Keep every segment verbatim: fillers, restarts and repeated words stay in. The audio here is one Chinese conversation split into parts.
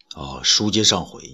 哦，书接上回，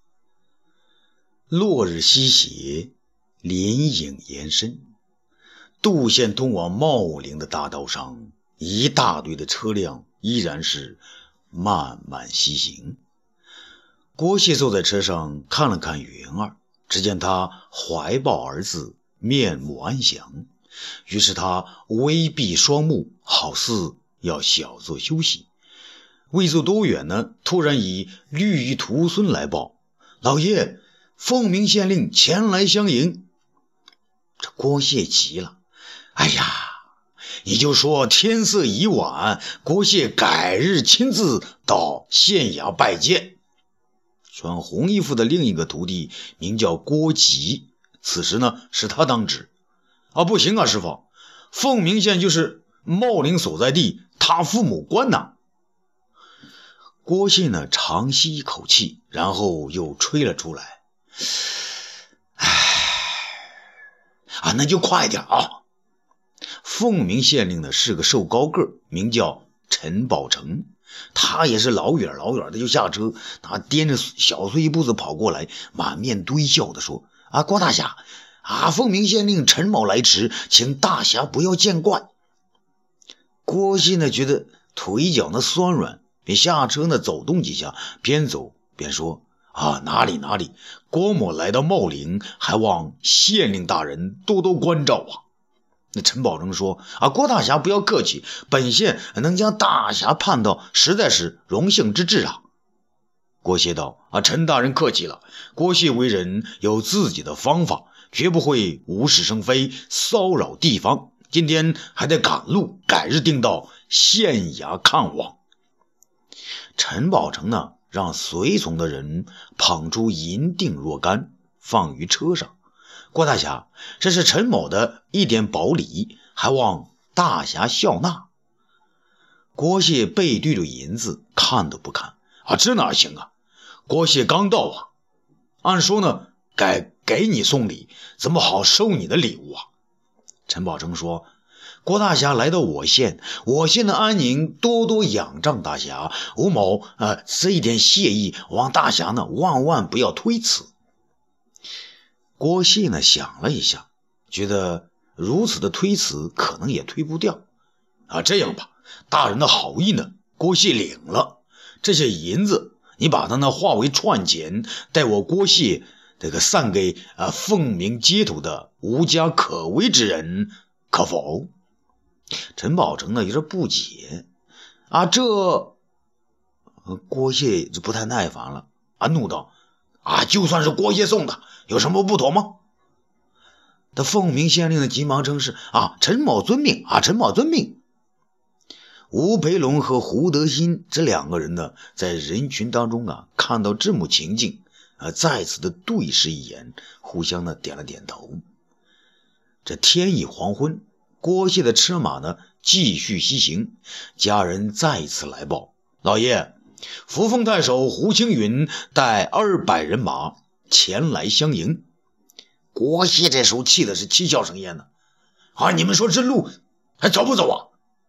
落日西斜，林影延伸，杜县通往茂陵的大道上，一大堆的车辆依然是慢慢西行。郭谢坐在车上看了看云儿，只见他怀抱儿子，面目安详，于是他微闭双目，好似要小坐休息。未走多远呢，突然以绿衣徒孙来报：老爷，凤鸣县令前来相迎。这郭谢急了，哎呀，你就说天色已晚，郭谢改日亲自到县衙拜见。穿红衣服的另一个徒弟名叫郭吉，此时呢是他当值。啊，不行啊，师傅，凤鸣县就是茂陵所在地，他父母官呐。郭谢呢长吸一口气，然后又吹了出来。唉，啊，那就快点啊！凤鸣县令呢是个瘦高个，名叫陈宝成，他也是老远老远的就下车，他颠着小碎步子跑过来，满面堆笑的说：啊，郭大侠，啊，凤鸣县令陈某来迟，请大侠不要见怪。郭谢呢觉得腿脚呢酸软，便下车呢走动几下，边走边说：啊，哪里哪里，郭某来到茂陵，还望县令大人多多关照啊。那陈宝成说：啊，郭大侠不要客气，本县能将大侠盼到，实在是荣幸之至啊。郭谢道：啊，陈大人客气了，郭谢为人有自己的方法，绝不会无事生非，骚扰地方。今天还得赶路，改日定到县衙看望。陈宝成呢让随从的人捧出银锭若干，放于车上。郭大侠，这是陈某的一点薄礼，还望大侠笑纳。郭谢背对着银子，看都不看。啊，这哪行啊，郭谢刚到啊，按说呢该给你送礼，怎么好收你的礼物啊？陈宝成说：郭大侠来到我县，我县的安宁多多仰仗大侠，吴某呃这一点谢意，望大侠呢万万不要推辞。郭谢呢想了一下，觉得如此的推辞可能也推不掉。啊，这样吧，大人的好意呢郭谢领了，这些银子你把它呢化为串钱，待我郭谢这个散给啊凤鸣街头的无家可为之人，可否？陈宝成呢有点不解。啊，这郭谢就不太耐烦了，啊，怒道：啊，就算是郭谢送的，有什么不妥吗？这凤鸣县令的急忙称是：啊，陈某遵命，啊，陈某遵命。吴培龙和胡德新这两个人呢，在人群当中啊，看到这幕情景，啊，再次的对视一眼，互相呢点了点头。这天已黄昏，郭谢的车马呢继续西行，家人再次来报：老爷，扶风太守胡青云带二百人马前来相迎。郭谢这时候气的是七窍生烟呢。啊，你们说这路还走不走啊？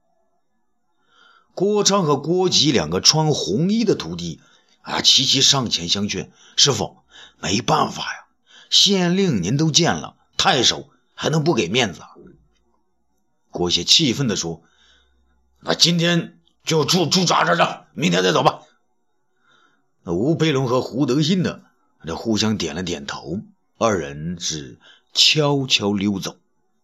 郭昌和郭吉两个穿红衣的徒弟啊，齐齐上前相劝：师傅，没办法呀，县令您都见了，太守还能不给面子啊？郭谢气愤地说：那今天就住住扎这这，明天再走吧。那吴培龙和胡德新呢，这互相点了点头，二人是悄悄溜走。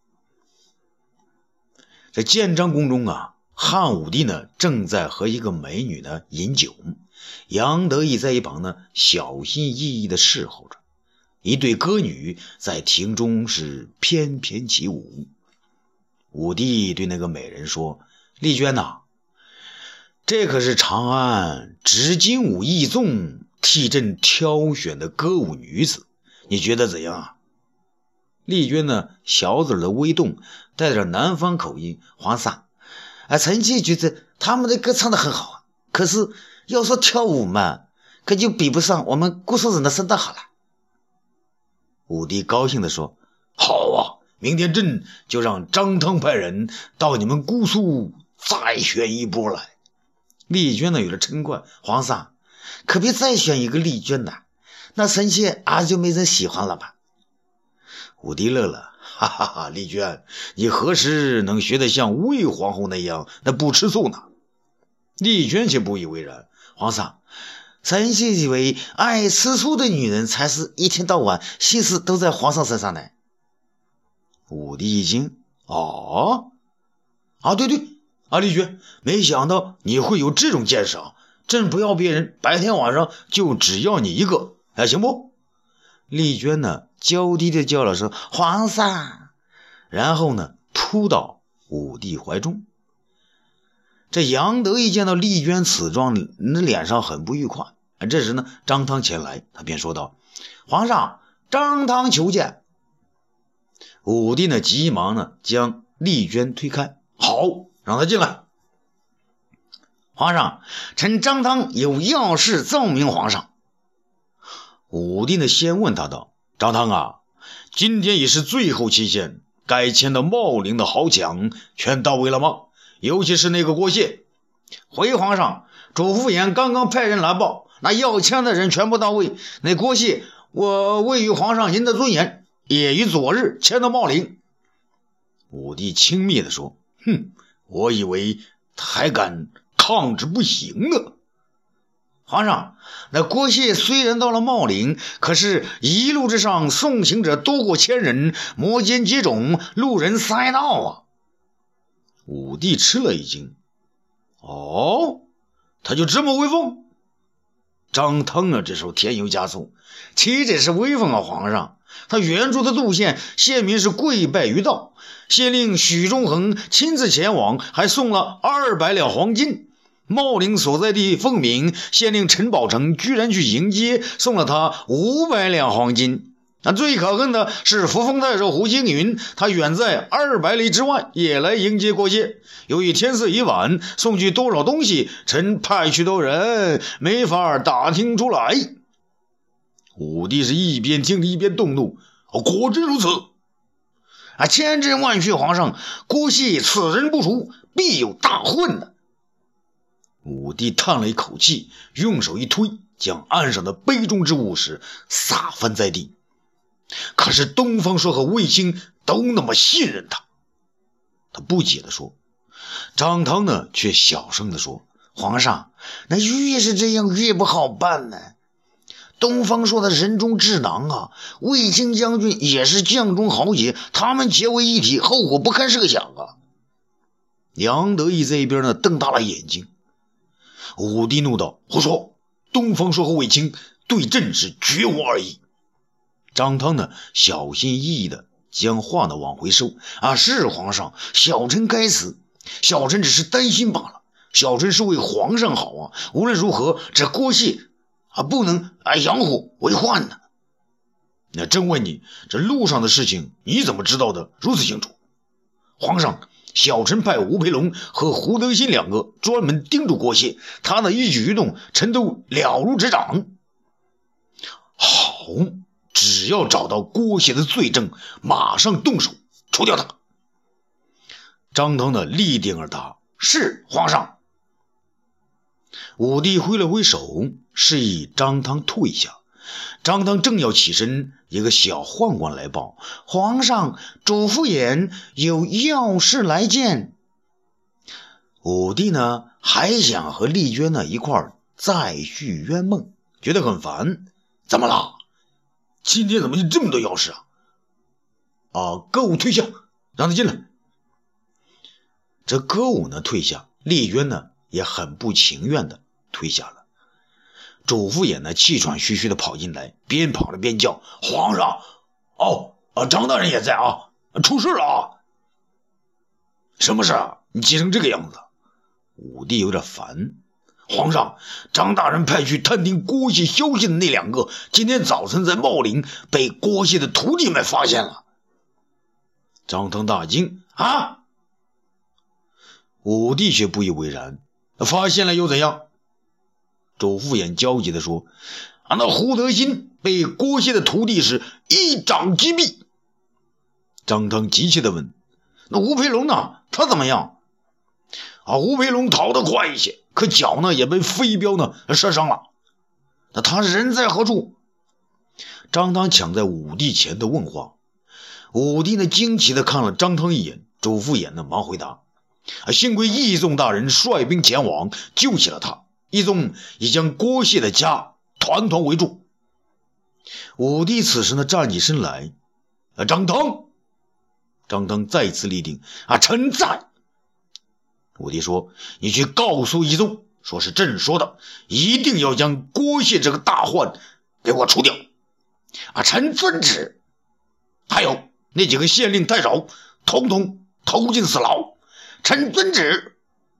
在建章宫中啊，汉武帝呢正在和一个美女呢饮酒，杨得意在一旁呢小心翼翼地侍候着。一对歌女在庭中是翩翩起舞。武帝对那个美人说：丽娟呐、啊，这可是长安执金吾义纵替朕挑选的歌舞女子，你觉得怎样啊？丽娟呢小嘴的微动，带着南方口音：皇上啊，臣妾觉得他们的歌唱得很好啊，可是要说跳舞嘛，可就比不上我们姑苏人的声道好了。武帝高兴地说：好啊，明天朕就让张汤派人到你们姑苏再选一波来。丽娟呢有了嗔怪：皇上， 可别再选一个丽娟呐，那臣妾啊就没人喜欢了吧？ 武帝乐了，哈哈哈，丽娟，你何时能学得像魏皇后那样那不吃醋呢？丽娟却不以为然， 皇上，臣妾以为爱吃醋的女人才是一天到晚心思都在皇上身上呢。 武帝一惊，哦， 啊对对啊丽娟，没想到你会有这种见识啊！朕不要别人，白天晚上就只要你一个，哎，行不？ 丽娟呢娇低的叫了声皇上， 然后呢扑到武帝怀中。这杨德一见到丽娟此状，那脸上很不愉快。这时呢张汤前来，他便说道： 皇上，张汤求见。 武帝呢急忙呢将丽娟推开，好，让他进来。 皇上，臣张汤有要事奏明皇上。 武帝呢先问他道：张汤啊，今天已是最后期限，该迁到茂陵的豪强全到位了吗？尤其是那个郭谢。 回皇上，主父偃刚刚派人来报，那要迁的人全部到位。那郭谢，我为于皇上您的尊严，也于昨日迁到茂陵。 武帝轻蔑地说：哼，我以为他还敢抗旨不行呢。 皇上，那郭谢虽然到了茂陵，可是一路之上送行者多过千人，摩肩接踵，路人塞道啊。 武帝吃了一惊，哦，他就这么威风？张汤啊这时候添油加醋，岂止是威风啊，皇上，他原著的路线县民是跪拜于道，县令许中恒亲自前往，还送了二百两黄金。茂陵所在地凤鸣，县令陈宝成居然去迎接，送了他五百两黄金。那最可恨的是扶风太守胡星云，他远在二百里之外也来迎接郭谢。由于天色已晚，送去多少东西，臣派去多人，没法打听出来。武帝是一边听着一边动怒，哦，果真如此啊！千真万确，皇上，郭谢此人不除，必有大混的。 武帝叹了一口气，用手一推，将岸上的杯中之物是撒翻在地。可是东方朔和卫青都那么信任他。他不解地说。张汤呢却小声地说： 皇上，那越是这样越不好办呢。东方朔的人中智囊啊，卫青将军也是将中豪杰，他们结为一体，后果不堪设想啊。 杨得意这一边呢瞪大了眼睛。武帝怒道：胡说，东方朔和卫青对朕是绝无二意。张汤呢小心翼翼的将话呢往回收。 啊，是皇上，小臣该死，小臣只是担心罢了，小臣是为皇上好啊，无论如何这郭谢啊不能啊养虎为患呢。 那朕问你，这路上的事情你怎么知道的如此清楚？ 皇上，小臣派吴培龙和胡德新两个专门盯住郭谢，他的一举一动臣都了如指掌。 好，只要找到郭谢的罪证，马上动手除掉他。张汤的立定而答： 是皇上。 武帝挥了挥手，示意张汤退下。张汤正要起身，一个小宦官来报： 皇上，主父偃有要事来见。 武帝呢还想和丽娟呢一块儿再续冤梦，觉得很烦。怎么了？今天怎么就这么多要事啊？啊，歌舞退下，让他进来。这歌舞呢退下，丽娟呢也很不情愿的退下了。主父偃呢气喘吁吁的跑进来，边跑着边叫：皇上，哦，啊，张大人也在啊，出事了啊！什么事啊？你急成这个样子？武帝有点烦。皇上，张大人派去探听郭谢消息的那两个，今天早晨在茂陵被郭谢的徒弟们发现了。张汤大惊：啊！武帝却不以为然：发现了又怎样？周父偃焦急地说：啊，那胡德新被郭谢的徒弟是一掌击毙。张汤急切地问：那吴培龙呢？他怎么样？啊，吴培龙逃得快一些，可脚呢也被飞镖呢射伤了。 那他人在何处？ 张汤抢在武帝前头问话。武帝呢惊奇地看了张汤一眼，主父偃呢忙回答：幸亏义宗大人率兵前往救起了他，义宗已将郭谢的家团团围住。武帝此时呢站起身来：啊，张汤！张汤再次立定：啊，臣在。武帝说：你去告诉义宗，说是朕说的，一定要将郭谢这个大患给我除掉。 啊，臣遵旨。 还有那几个县令太守，统统投进死牢。 臣遵旨。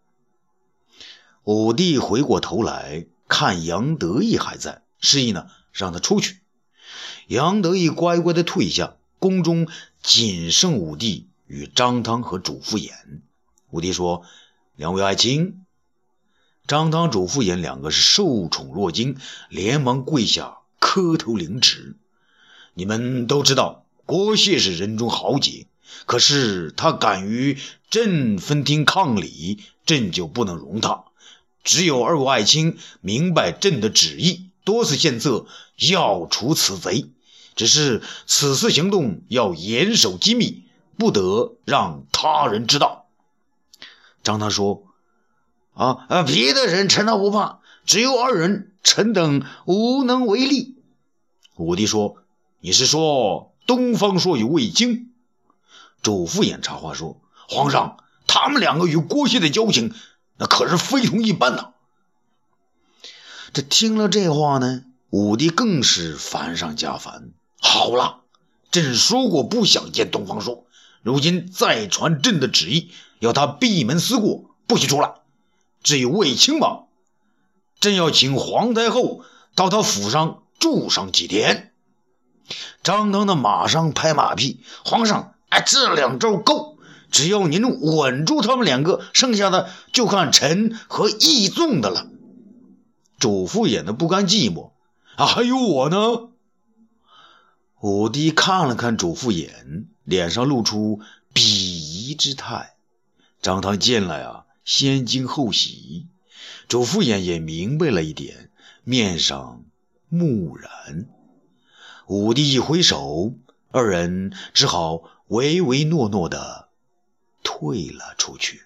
武帝回过头来看杨得意还在，示意呢让他出去。杨得意乖乖的退下，宫中仅剩武帝与张汤和主父偃。武帝说：两位爱卿。张汤、主父偃两个是受宠若惊，连忙跪下磕头领旨。你们都知道郭谢是人中豪杰，可是他敢于朕分庭抗礼，朕就不能容他。只有二位爱卿明白朕的旨意，多次献策要除此贼，只是此次行动要严守机密，不得让他人知道。张汤说： 啊啊，别的人臣倒不怕，只有二人，臣等无能为力。 武帝说：你是说东方朔与卫青？主父偃插话说：皇上，他们两个与郭谢的交情那可是非同一般呐。这听了这话呢，武帝更是烦上加烦。好了，朕说过不想见东方朔，如今再传朕的旨意，要他闭门思过，不许出来。至于卫青嘛，朕要请皇太后到他府上住上几天。张汤呢马上拍马屁：皇上，哎，这两招够，只要您稳住他们两个，剩下的就看臣和义宗的了。主父偃的不甘寂寞：啊，还有我呢。武帝看了看主父偃，脸上露出鄙夷之态。张汤见了呀，先惊后喜。主父偃也明白了一点，面上木然。武帝一挥手，二人只好唯唯诺诺地退了出去。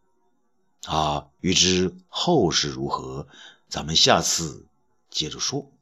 啊，欲知后事如何，咱们下次接着说。